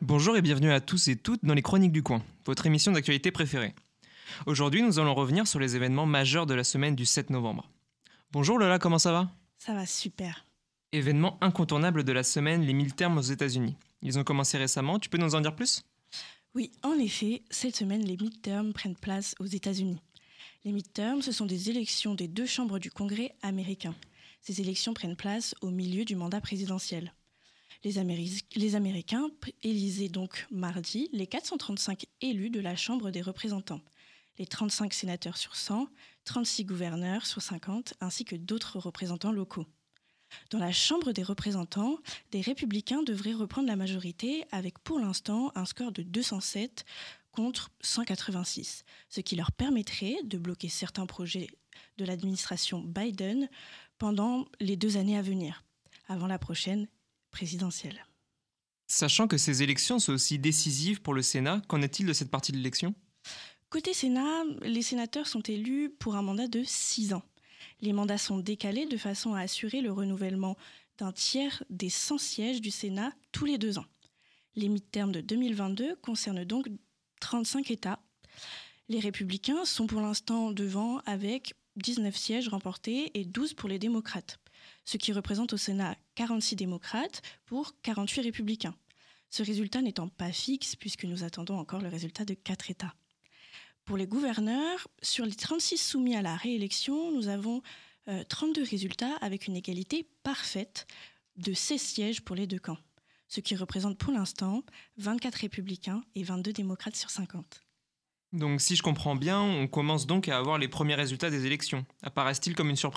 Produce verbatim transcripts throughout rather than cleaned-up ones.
Bonjour et bienvenue à tous et toutes dans les Chroniques du Coin, votre émission d'actualité préférée. Aujourd'hui, nous allons revenir sur les événements majeurs de la semaine du sept novembre. Bonjour Lola, comment ça va ? Ça va super. Événement incontournable de la semaine, les midterms aux États-Unis. Ils ont commencé récemment, tu peux nous en dire plus ? Oui, en effet, cette semaine, les midterms prennent place aux États-Unis. Les midterms, ce sont des élections des deux chambres du Congrès américain. Ces élections prennent place au milieu du mandat présidentiel. Les, Améri- les Américains élisaient donc mardi les quatre cent trente-cinq élus de la Chambre des représentants, les trente-cinq sénateurs sur cent, trente-six gouverneurs sur cinquante, ainsi que d'autres représentants locaux. Dans la Chambre des représentants, des républicains devraient reprendre la majorité avec pour l'instant un score de deux cent sept contre cent quatre-vingt-six, ce qui leur permettrait de bloquer certains projets de l'administration Biden pendant les deux années à venir, avant la prochaine présidentielle. Sachant que ces élections sont aussi décisives pour le Sénat, qu'en est-il de cette partie de l'élection ? Côté Sénat, les sénateurs sont élus pour un mandat de six ans. Les mandats sont décalés de façon à assurer le renouvellement d'un tiers des cent sièges du Sénat tous les deux ans. Les midterms de deux mille vingt-deux concernent donc trente-cinq États. Les républicains sont pour l'instant devant avec dix-neuf sièges remportés et douze pour les démocrates, ce qui représente au Sénat quarante-six démocrates pour quarante-huit républicains. Ce résultat n'étant pas fixe puisque nous attendons encore le résultat de quatre États. Pour les gouverneurs, sur les trente-six soumis à la réélection, nous avons euh, trente-deux résultats avec une égalité parfaite de seize sièges pour les deux camps, ce qui représente pour l'instant vingt-quatre républicains et vingt-deux démocrates sur cinquante. Donc si je comprends bien, on commence donc à avoir les premiers résultats des élections. Apparaissent-ils comme une surprise ?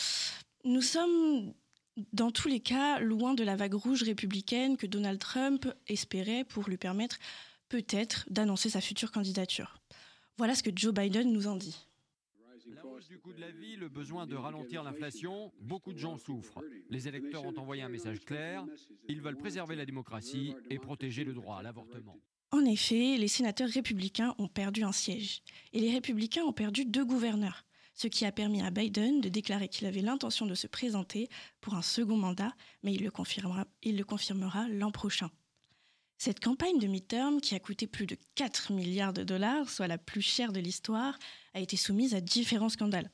Nous sommes, dans tous les cas, loin de la vague rouge républicaine que Donald Trump espérait pour lui permettre peut-être d'annoncer sa future candidature. Voilà ce que Joe Biden nous en dit. La hausse du coût de la vie, le besoin de ralentir l'inflation, beaucoup de gens souffrent. Les électeurs ont envoyé un message clair, ils veulent préserver la démocratie et protéger le droit à l'avortement. En effet, les sénateurs républicains ont perdu un siège et les républicains ont perdu deux gouverneurs, ce qui a permis à Biden de déclarer qu'il avait l'intention de se présenter pour un second mandat, mais il le confirmera, il le confirmera l'an prochain. Cette campagne de midterm, qui a coûté plus de quatre milliards de dollars, soit la plus chère de l'histoire, a été soumise à différents scandales.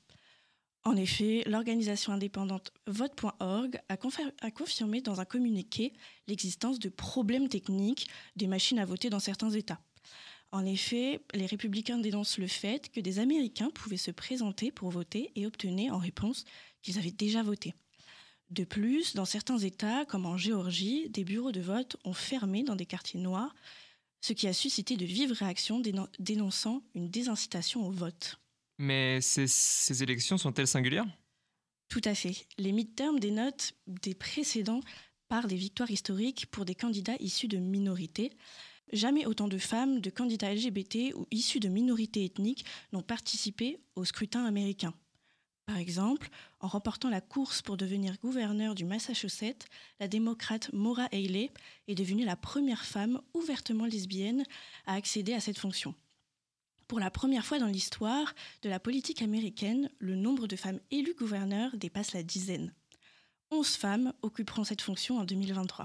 En effet, l'organisation indépendante vote point org a, confer- a confirmé dans un communiqué l'existence de problèmes techniques des machines à voter dans certains États. En effet, les républicains dénoncent le fait que des Américains pouvaient se présenter pour voter et obtenaient en réponse qu'ils avaient déjà voté. De plus, dans certains États, comme en Géorgie, des bureaux de vote ont fermé dans des quartiers noirs, ce qui a suscité de vives réactions dénon- dénonçant une désincitation au vote. Mais ces, ces élections sont-elles singulières ? Tout à fait. Les midterms dénotent des précédents par des victoires historiques pour des candidats issus de minorités. Jamais autant de femmes, de candidats L G B T ou issus de minorités ethniques n'ont participé au scrutin américain. Par exemple, en remportant la course pour devenir gouverneure du Massachusetts, la démocrate Maura Healey est devenue la première femme ouvertement lesbienne à accéder à cette fonction. Pour la première fois dans l'histoire de la politique américaine, le nombre de femmes élues gouverneurs dépasse la dizaine. Onze femmes occuperont cette fonction en deux mille vingt-trois.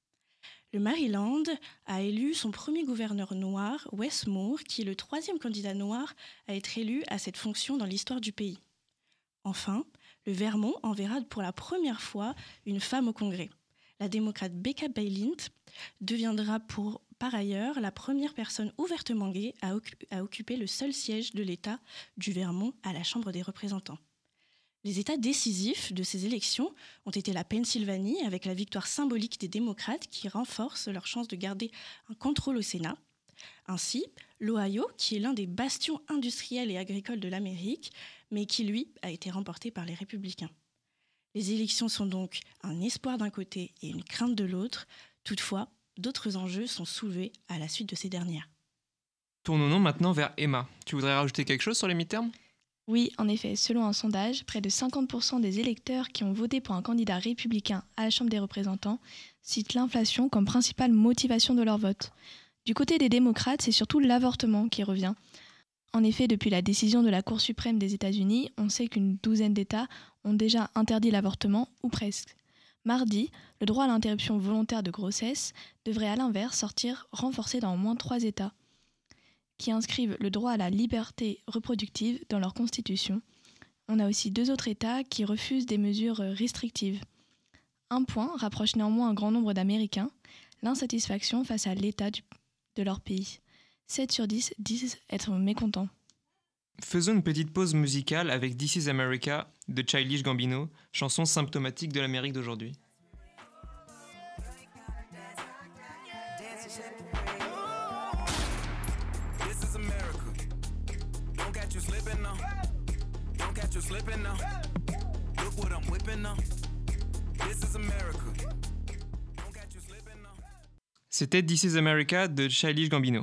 Le Maryland a élu son premier gouverneur noir, Wes Moore, qui est le troisième candidat noir à être élu à cette fonction dans l'histoire du pays. Enfin, le Vermont enverra pour la première fois une femme au Congrès. La démocrate Becca Balint deviendra pour, par ailleurs la première personne ouvertement gay à, ocu- à occuper le seul siège de l'État du Vermont à la Chambre des représentants. Les États décisifs de ces élections ont été la Pennsylvanie, avec la victoire symbolique des démocrates qui renforce leurs chances de garder un contrôle au Sénat. Ainsi, l'Ohio, qui est l'un des bastions industriels et agricoles de l'Amérique, mais qui, lui, a été remporté par les républicains. Les élections sont donc un espoir d'un côté et une crainte de l'autre. Toutefois, d'autres enjeux sont soulevés à la suite de ces dernières. Tournons-nous maintenant vers Emma. Tu voudrais rajouter quelque chose sur les midterms ? Oui, en effet, selon un sondage, près de cinquante pour cent des électeurs qui ont voté pour un candidat républicain à la Chambre des représentants citent l'inflation comme principale motivation de leur vote. Du côté des démocrates, c'est surtout l'avortement qui revient. En effet, depuis la décision de la Cour suprême des États-Unis, on sait qu'une douzaine d'États ont déjà interdit l'avortement, ou presque. Mardi, le droit à l'interruption volontaire de grossesse devrait à l'inverse sortir renforcé dans au moins trois États, qui inscrivent le droit à la liberté reproductive dans leur constitution. On a aussi deux autres États qui refusent des mesures restrictives. Un point rapproche néanmoins un grand nombre d'Américains, l'insatisfaction face à l'état du, de leur pays. sept sur dix disent être mécontents. Faisons une petite pause musicale avec This is America de Childish Gambino, chanson symptomatique de l'Amérique d'aujourd'hui. C'était This is America de Childish Gambino.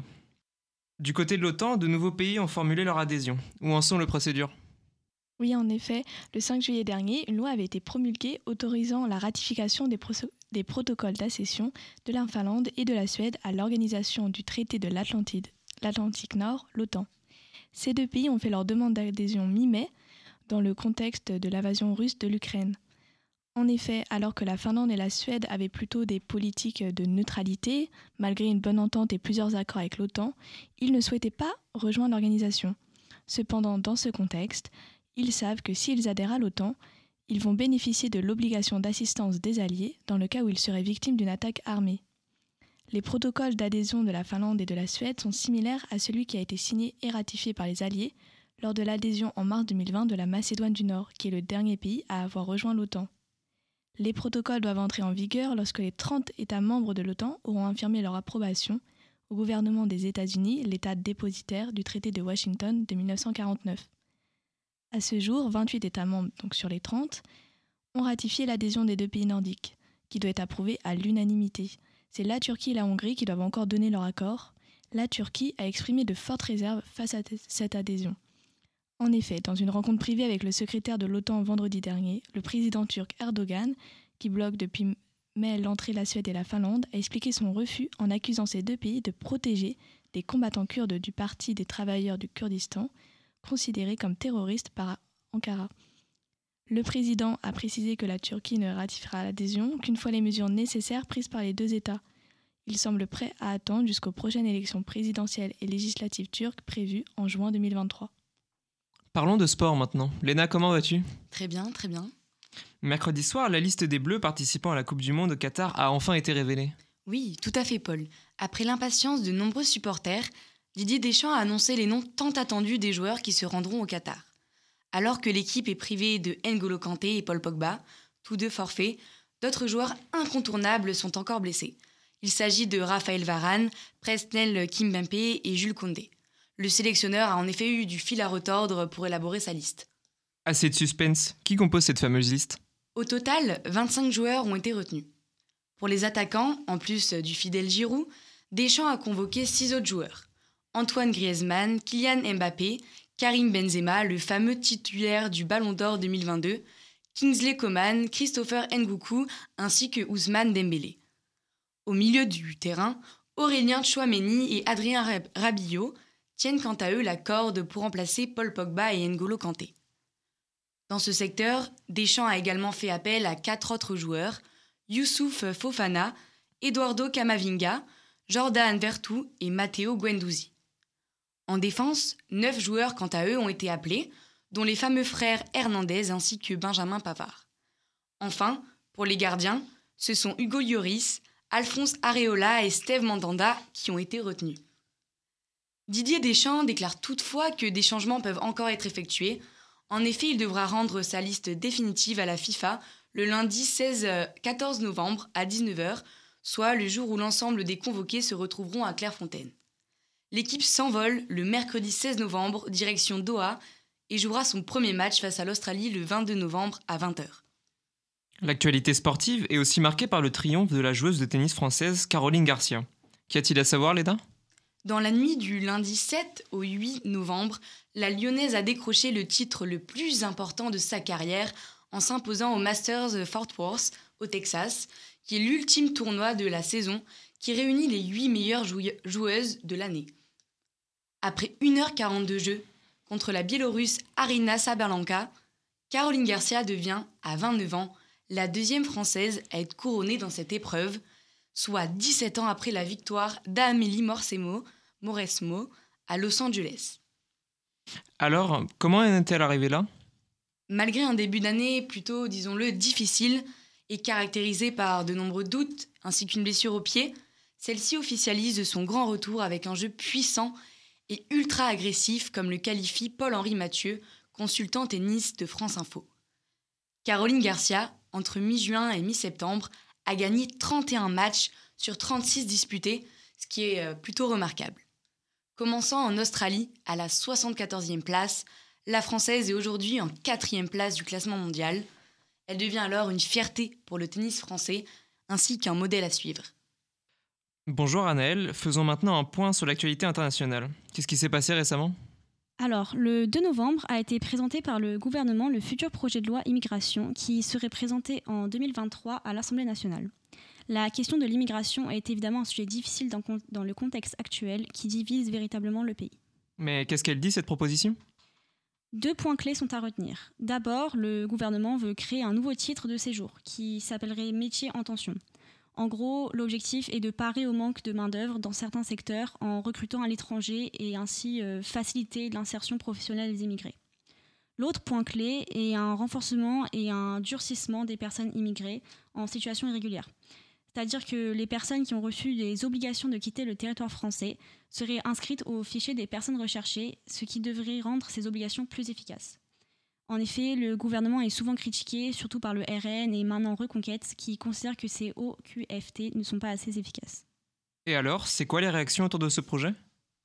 Du côté de l'OTAN, de nouveaux pays ont formulé leur adhésion. Où en sont les procédures ? Oui, en effet, le cinq juillet dernier, une loi avait été promulguée autorisant la ratification des, pro- des protocoles d'accession de la Finlande et de la Suède à l'organisation du traité de l'Atlantide, l'Atlantique Nord, l'OTAN. Ces deux pays ont fait leur demande d'adhésion mi-mai dans le contexte de l'invasion russe de l'Ukraine. En effet, alors que la Finlande et la Suède avaient plutôt des politiques de neutralité, malgré une bonne entente et plusieurs accords avec l'OTAN, ils ne souhaitaient pas rejoindre l'organisation. Cependant, dans ce contexte, ils savent que s'ils adhèrent à l'OTAN, ils vont bénéficier de l'obligation d'assistance des alliés dans le cas où ils seraient victimes d'une attaque armée. Les protocoles d'adhésion de la Finlande et de la Suède sont similaires à celui qui a été signé et ratifié par les alliés lors de l'adhésion en mars deux mille vingt de la Macédoine du Nord, qui est le dernier pays à avoir rejoint l'OTAN. Les protocoles doivent entrer en vigueur lorsque les trente États membres de l'OTAN auront affirmé leur approbation au gouvernement des États-Unis, l'État dépositaire du traité de Washington de dix-neuf cent quarante-neuf. À ce jour, vingt-huit États membres, donc sur les trente, ont ratifié l'adhésion des deux pays nordiques, qui doit être approuvée à l'unanimité. C'est la Turquie et la Hongrie qui doivent encore donner leur accord. La Turquie a exprimé de fortes réserves face à t- cette adhésion. En effet, dans une rencontre privée avec le secrétaire de l'OTAN vendredi dernier, le président turc Erdogan, qui bloque depuis mai l'entrée de la Suède et la Finlande, a expliqué son refus en accusant ces deux pays de protéger des combattants kurdes du Parti des travailleurs du Kurdistan, considérés comme terroristes par Ankara. Le président a précisé que la Turquie ne ratifiera l'adhésion qu'une fois les mesures nécessaires prises par les deux États. Il semble prêt à attendre jusqu'aux prochaines élections présidentielles et législatives turques prévues en juin deux mille vingt-trois. Parlons de sport maintenant. Léna, comment vas-tu ? Très bien, très bien. Mercredi soir, la liste des Bleus participant à la Coupe du Monde au Qatar a enfin été révélée. Oui, tout à fait, Paul. Après l'impatience de nombreux supporters, Didier Deschamps a annoncé les noms tant attendus des joueurs qui se rendront au Qatar. Alors que l'équipe est privée de N'Golo Kanté et Paul Pogba, tous deux forfaits, d'autres joueurs incontournables sont encore blessés. Il s'agit de Raphaël Varane, Presnel Kimpembe et Jules Koundé. Le sélectionneur a en effet eu du fil à retordre pour élaborer sa liste. Assez de suspense. Qui compose cette fameuse liste ? Au total, vingt-cinq joueurs ont été retenus. Pour les attaquants, en plus du fidèle Giroud, Deschamps a convoqué six autres joueurs. Antoine Griezmann, Kylian Mbappé, Karim Benzema, le fameux titulaire du Ballon d'Or deux mille vingt-deux, Kingsley Coman, Christopher Ngoukou ainsi que Ousmane Dembélé. Au milieu du terrain, Aurélien Tchouaméni et Adrien Rabiot tiennent quant à eux la corde pour remplacer Paul Pogba et N'Golo Kanté. Dans ce secteur, Deschamps a également fait appel à quatre autres joueurs, Youssouf Fofana, Eduardo Camavinga, Jordan Vertu et Matteo Guendouzi. En défense, neuf joueurs quant à eux ont été appelés, dont les fameux frères Hernandez ainsi que Benjamin Pavard. Enfin, pour les gardiens, ce sont Hugo Lloris, Alphonse Areola et Steve Mandanda qui ont été retenus. Didier Deschamps déclare toutefois que des changements peuvent encore être effectués. En effet, il devra rendre sa liste définitive à la FIFA le lundi seize quatorze novembre à dix-neuf heures, soit le jour où l'ensemble des convoqués se retrouveront à Clairefontaine. L'équipe s'envole le mercredi seize novembre, direction Doha, et jouera son premier match face à l'Australie le vingt-deux novembre à vingt heures. L'actualité sportive est aussi marquée par le triomphe de la joueuse de tennis française Caroline Garcia. Qu'y a-t-il à savoir, Léna ? Dans la nuit du lundi sept au huit novembre, la Lyonnaise a décroché le titre le plus important de sa carrière en s'imposant au Masters Fort Worth, au Texas, qui est l'ultime tournoi de la saison qui réunit les huit meilleures joueuses de l'année. Après une heure quarante de jeu contre la Biélorusse Aryna Sabalenka, Caroline Garcia devient, à vingt-neuf ans, la deuxième française à être couronnée dans cette épreuve, soit dix-sept ans après la victoire d'Amélie Mauresmo, Mauresmo à Los Angeles. Alors, comment en est-elle arrivée là ? Malgré un début d'année plutôt, disons-le, difficile et caractérisé par de nombreux doutes ainsi qu'une blessure au pied, celle-ci officialise son grand retour avec un jeu puissant et ultra agressif comme le qualifie Paul-Henri Mathieu, consultant tennis de France Info. Caroline Garcia, entre mi-juin et mi-septembre, a gagné trente et un matchs sur trente-six disputés, ce qui est plutôt remarquable. Commençant en Australie à la soixante-quatorzième place, la Française est aujourd'hui en quatrième place du classement mondial. Elle devient alors une fierté pour le tennis français, ainsi qu'un modèle à suivre. Bonjour Anaëlle, faisons maintenant un point sur l'actualité internationale. Qu'est-ce qui s'est passé récemment ? Alors, le deux novembre a été présenté par le gouvernement le futur projet de loi immigration qui serait présenté en deux mille vingt-trois à l'Assemblée nationale. La question de l'immigration est évidemment un sujet difficile dans, dans le contexte actuel qui divise véritablement le pays. Mais qu'est-ce qu'elle dit cette proposition ? Deux points clés sont à retenir. D'abord, le gouvernement veut créer un nouveau titre de séjour qui s'appellerait métier en tension. En gros, l'objectif est de parer au manque de main-d'œuvre dans certains secteurs en recrutant à l'étranger et ainsi euh, faciliter l'insertion professionnelle des immigrés. L'autre point clé est un renforcement et un durcissement des personnes immigrées en situation irrégulière. C'est-à-dire que les personnes qui ont reçu des obligations de quitter le territoire français seraient inscrites au fichier des personnes recherchées, ce qui devrait rendre ces obligations plus efficaces. En effet, le gouvernement est souvent critiqué, surtout par le R N et maintenant Reconquête, qui considèrent que ces O Q F T ne sont pas assez efficaces. Et alors, c'est quoi les réactions autour de ce projet ?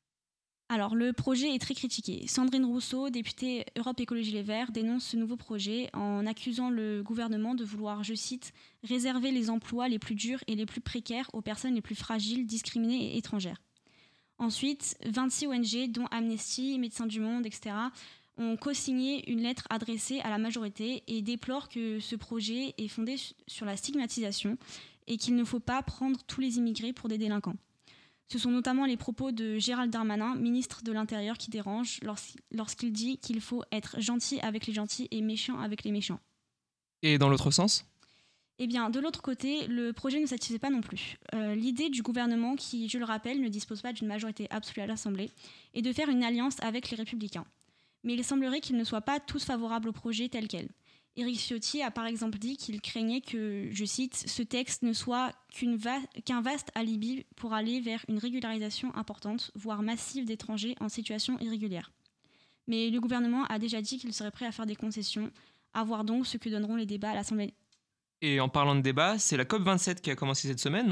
Alors, le projet est très critiqué. Sandrine Rousseau, députée Europe Écologie Les Verts, dénonce ce nouveau projet en accusant le gouvernement de vouloir, je cite, « réserver les emplois les plus durs et les plus précaires aux personnes les plus fragiles, discriminées et étrangères ». Ensuite, vingt-six O N G, dont Amnesty, Médecins du Monde, et cetera, ont co-signé une lettre adressée à la majorité et déplorent que ce projet est fondé sur la stigmatisation et qu'il ne faut pas prendre tous les immigrés pour des délinquants. Ce sont notamment les propos de Gérald Darmanin, ministre de l'Intérieur, qui dérangent lorsqu'il dit qu'il faut être gentil avec les gentils et méchant avec les méchants. Et dans l'autre sens ? Eh bien, de l'autre côté, le projet ne satisfait pas non plus. Euh, l'idée du gouvernement, qui, je le rappelle, ne dispose pas d'une majorité absolue à l'Assemblée, est de faire une alliance avec les Républicains. Mais il semblerait qu'ils ne soient pas tous favorables au projet tel quel. Éric Ciotti a par exemple dit qu'il craignait que, je cite, « ce texte ne soit qu'une va- qu'un vaste alibi pour aller vers une régularisation importante, voire massive d'étrangers en situation irrégulière ». Mais le gouvernement a déjà dit qu'il serait prêt à faire des concessions, à voir donc ce que donneront les débats à l'Assemblée. Et en parlant de débat, c'est la COP vingt-sept qui a commencé cette semaine, non ?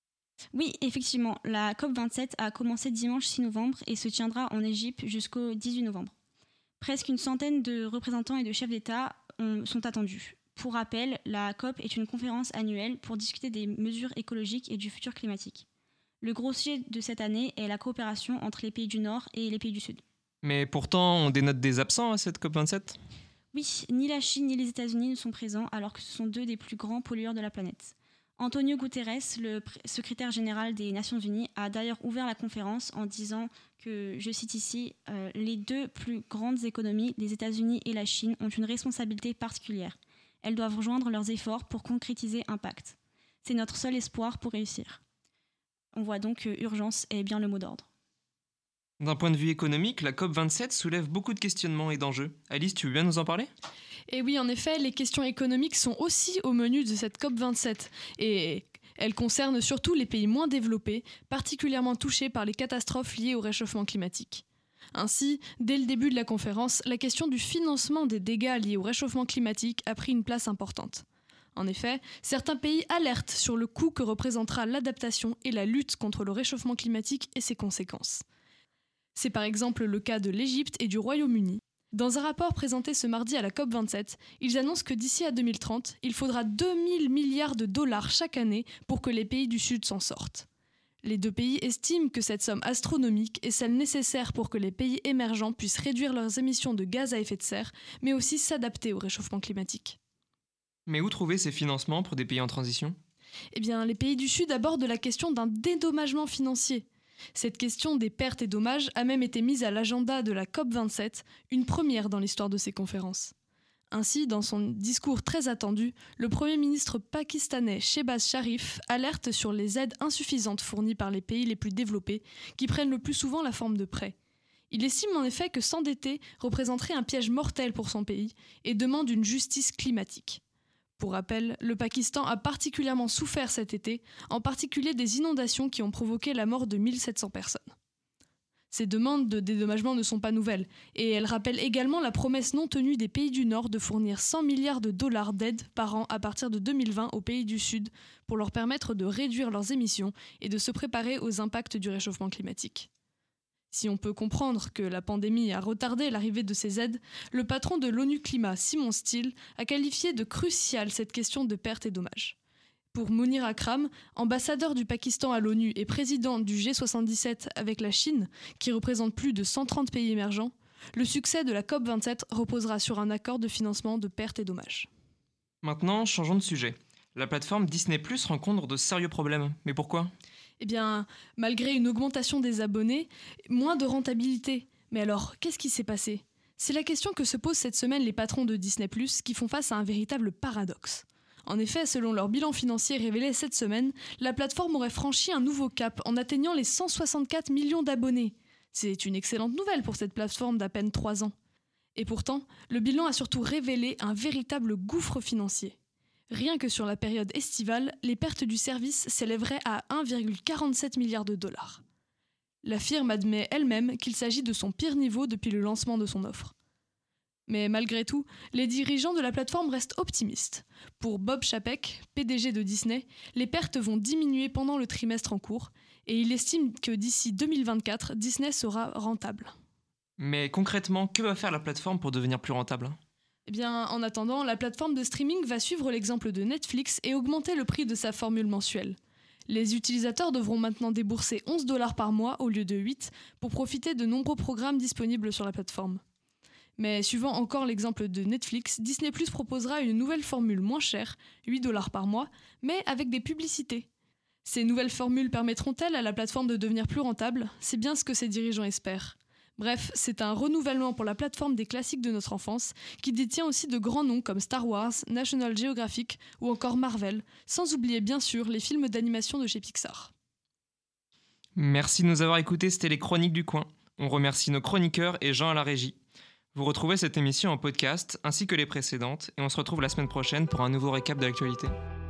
Oui, effectivement, la COP vingt-sept a commencé dimanche six novembre et se tiendra en Égypte jusqu'au dix-huit novembre. Presque une centaine de représentants et de chefs d'État ont, sont attendus. Pour rappel, la COP est une conférence annuelle pour discuter des mesures écologiques et du futur climatique. Le gros sujet de cette année est la coopération entre les pays du Nord et les pays du Sud. Mais pourtant, on dénote des absents à cette COP vingt-sept ? Oui, ni la Chine ni les États-Unis ne sont présents alors que ce sont deux des plus grands pollueurs de la planète. Antonio Guterres, le pr- secrétaire général des Nations Unies, a d'ailleurs ouvert la conférence en disant que, je cite ici, euh, « les deux plus grandes économies, les États-Unis et la Chine, ont une responsabilité particulière. Elles doivent rejoindre leurs efforts pour concrétiser un pacte. C'est notre seul espoir pour réussir. » On voit donc que urgence est bien le mot d'ordre. D'un point de vue économique, la COP vingt-sept soulève beaucoup de questionnements et d'enjeux. Alice, tu veux bien nous en parler ? Et oui, en effet, les questions économiques sont aussi au menu de cette COP vingt-sept. Et elles concernent surtout les pays moins développés, particulièrement touchés par les catastrophes liées au réchauffement climatique. Ainsi, dès le début de la conférence, la question du financement des dégâts liés au réchauffement climatique a pris une place importante. En effet, certains pays alertent sur le coût que représentera l'adaptation et la lutte contre le réchauffement climatique et ses conséquences. C'est par exemple le cas de l'Égypte et du Royaume-Uni. Dans un rapport présenté ce mardi à la COP vingt-sept, ils annoncent que d'ici à deux mille trente, il faudra deux mille milliards de dollars chaque année pour que les pays du Sud s'en sortent. Les deux pays estiment que cette somme astronomique est celle nécessaire pour que les pays émergents puissent réduire leurs émissions de gaz à effet de serre, mais aussi s'adapter au réchauffement climatique. Mais où trouver ces financements pour des pays en transition ? Eh bien, les pays du Sud abordent la question d'un dédommagement financier. Cette question des pertes et dommages a même été mise à l'agenda de la COP vingt-sept, une première dans l'histoire de ces conférences. Ainsi, dans son discours très attendu, le Premier ministre pakistanais Shehbaz Sharif alerte sur les aides insuffisantes fournies par les pays les plus développés, qui prennent le plus souvent la forme de prêts. Il estime en effet que s'endetter représenterait un piège mortel pour son pays et demande une justice climatique. Pour rappel, le Pakistan a particulièrement souffert cet été, en particulier des inondations qui ont provoqué la mort de mille sept cents personnes. Ces demandes de dédommagement ne sont pas nouvelles, et elles rappellent également la promesse non tenue des pays du Nord de fournir cent milliards de dollars d'aide par an à partir de deux mille vingt aux pays du Sud pour leur permettre de réduire leurs émissions et de se préparer aux impacts du réchauffement climatique. Si on peut comprendre que la pandémie a retardé l'arrivée de ces aides, le patron de l'ONU Climat, Simon Still, a qualifié de cruciale cette question de pertes et dommages. Pour Munir Akram, ambassadeur du Pakistan à l'ONU et président du G soixante-dix-sept avec la Chine, qui représente plus de cent trente pays émergents, le succès de la COP vingt-sept reposera sur un accord de financement de pertes et dommages. Maintenant, changeons de sujet. La plateforme Disney plus rencontre de sérieux problèmes. Mais pourquoi ? Eh bien, malgré une augmentation des abonnés, moins de rentabilité. Mais alors, qu'est-ce qui s'est passé ? C'est la question que se posent cette semaine les patrons de Disney plus, qui font face à un véritable paradoxe. En effet, selon leur bilan financier révélé cette semaine, la plateforme aurait franchi un nouveau cap en atteignant les cent soixante-quatre millions d'abonnés. C'est une excellente nouvelle pour cette plateforme d'à peine trois ans. Et pourtant, le bilan a surtout révélé un véritable gouffre financier. Rien que sur la période estivale, les pertes du service s'élèveraient à un virgule quarante-sept milliard de dollars. La firme admet elle-même qu'il s'agit de son pire niveau depuis le lancement de son offre. Mais malgré tout, les dirigeants de la plateforme restent optimistes. Pour Bob Chapek, P D G de Disney, les pertes vont diminuer pendant le trimestre en cours et il estime que d'ici deux mille vingt-quatre, Disney sera rentable. Mais concrètement, que va faire la plateforme pour devenir plus rentable ? Eh bien, en attendant, la plateforme de streaming va suivre l'exemple de Netflix et augmenter le prix de sa formule mensuelle. Les utilisateurs devront maintenant débourser onze dollars par mois au lieu de huit pour profiter de nombreux programmes disponibles sur la plateforme. Mais suivant encore l'exemple de Netflix, Disney plus proposera une nouvelle formule moins chère, huit dollars par mois, mais avec des publicités. Ces nouvelles formules permettront-elles à la plateforme de devenir plus rentable ? C'est bien ce que ses dirigeants espèrent. Bref, c'est un renouvellement pour la plateforme des classiques de notre enfance, qui détient aussi de grands noms comme Star Wars, National Geographic ou encore Marvel, sans oublier bien sûr les films d'animation de chez Pixar. Merci de nous avoir écoutés, c'était les Chroniques du Coin. On remercie nos chroniqueurs et Jean à la régie. Vous retrouvez cette émission en podcast, ainsi que les précédentes, et on se retrouve la semaine prochaine pour un nouveau récap de l'actualité.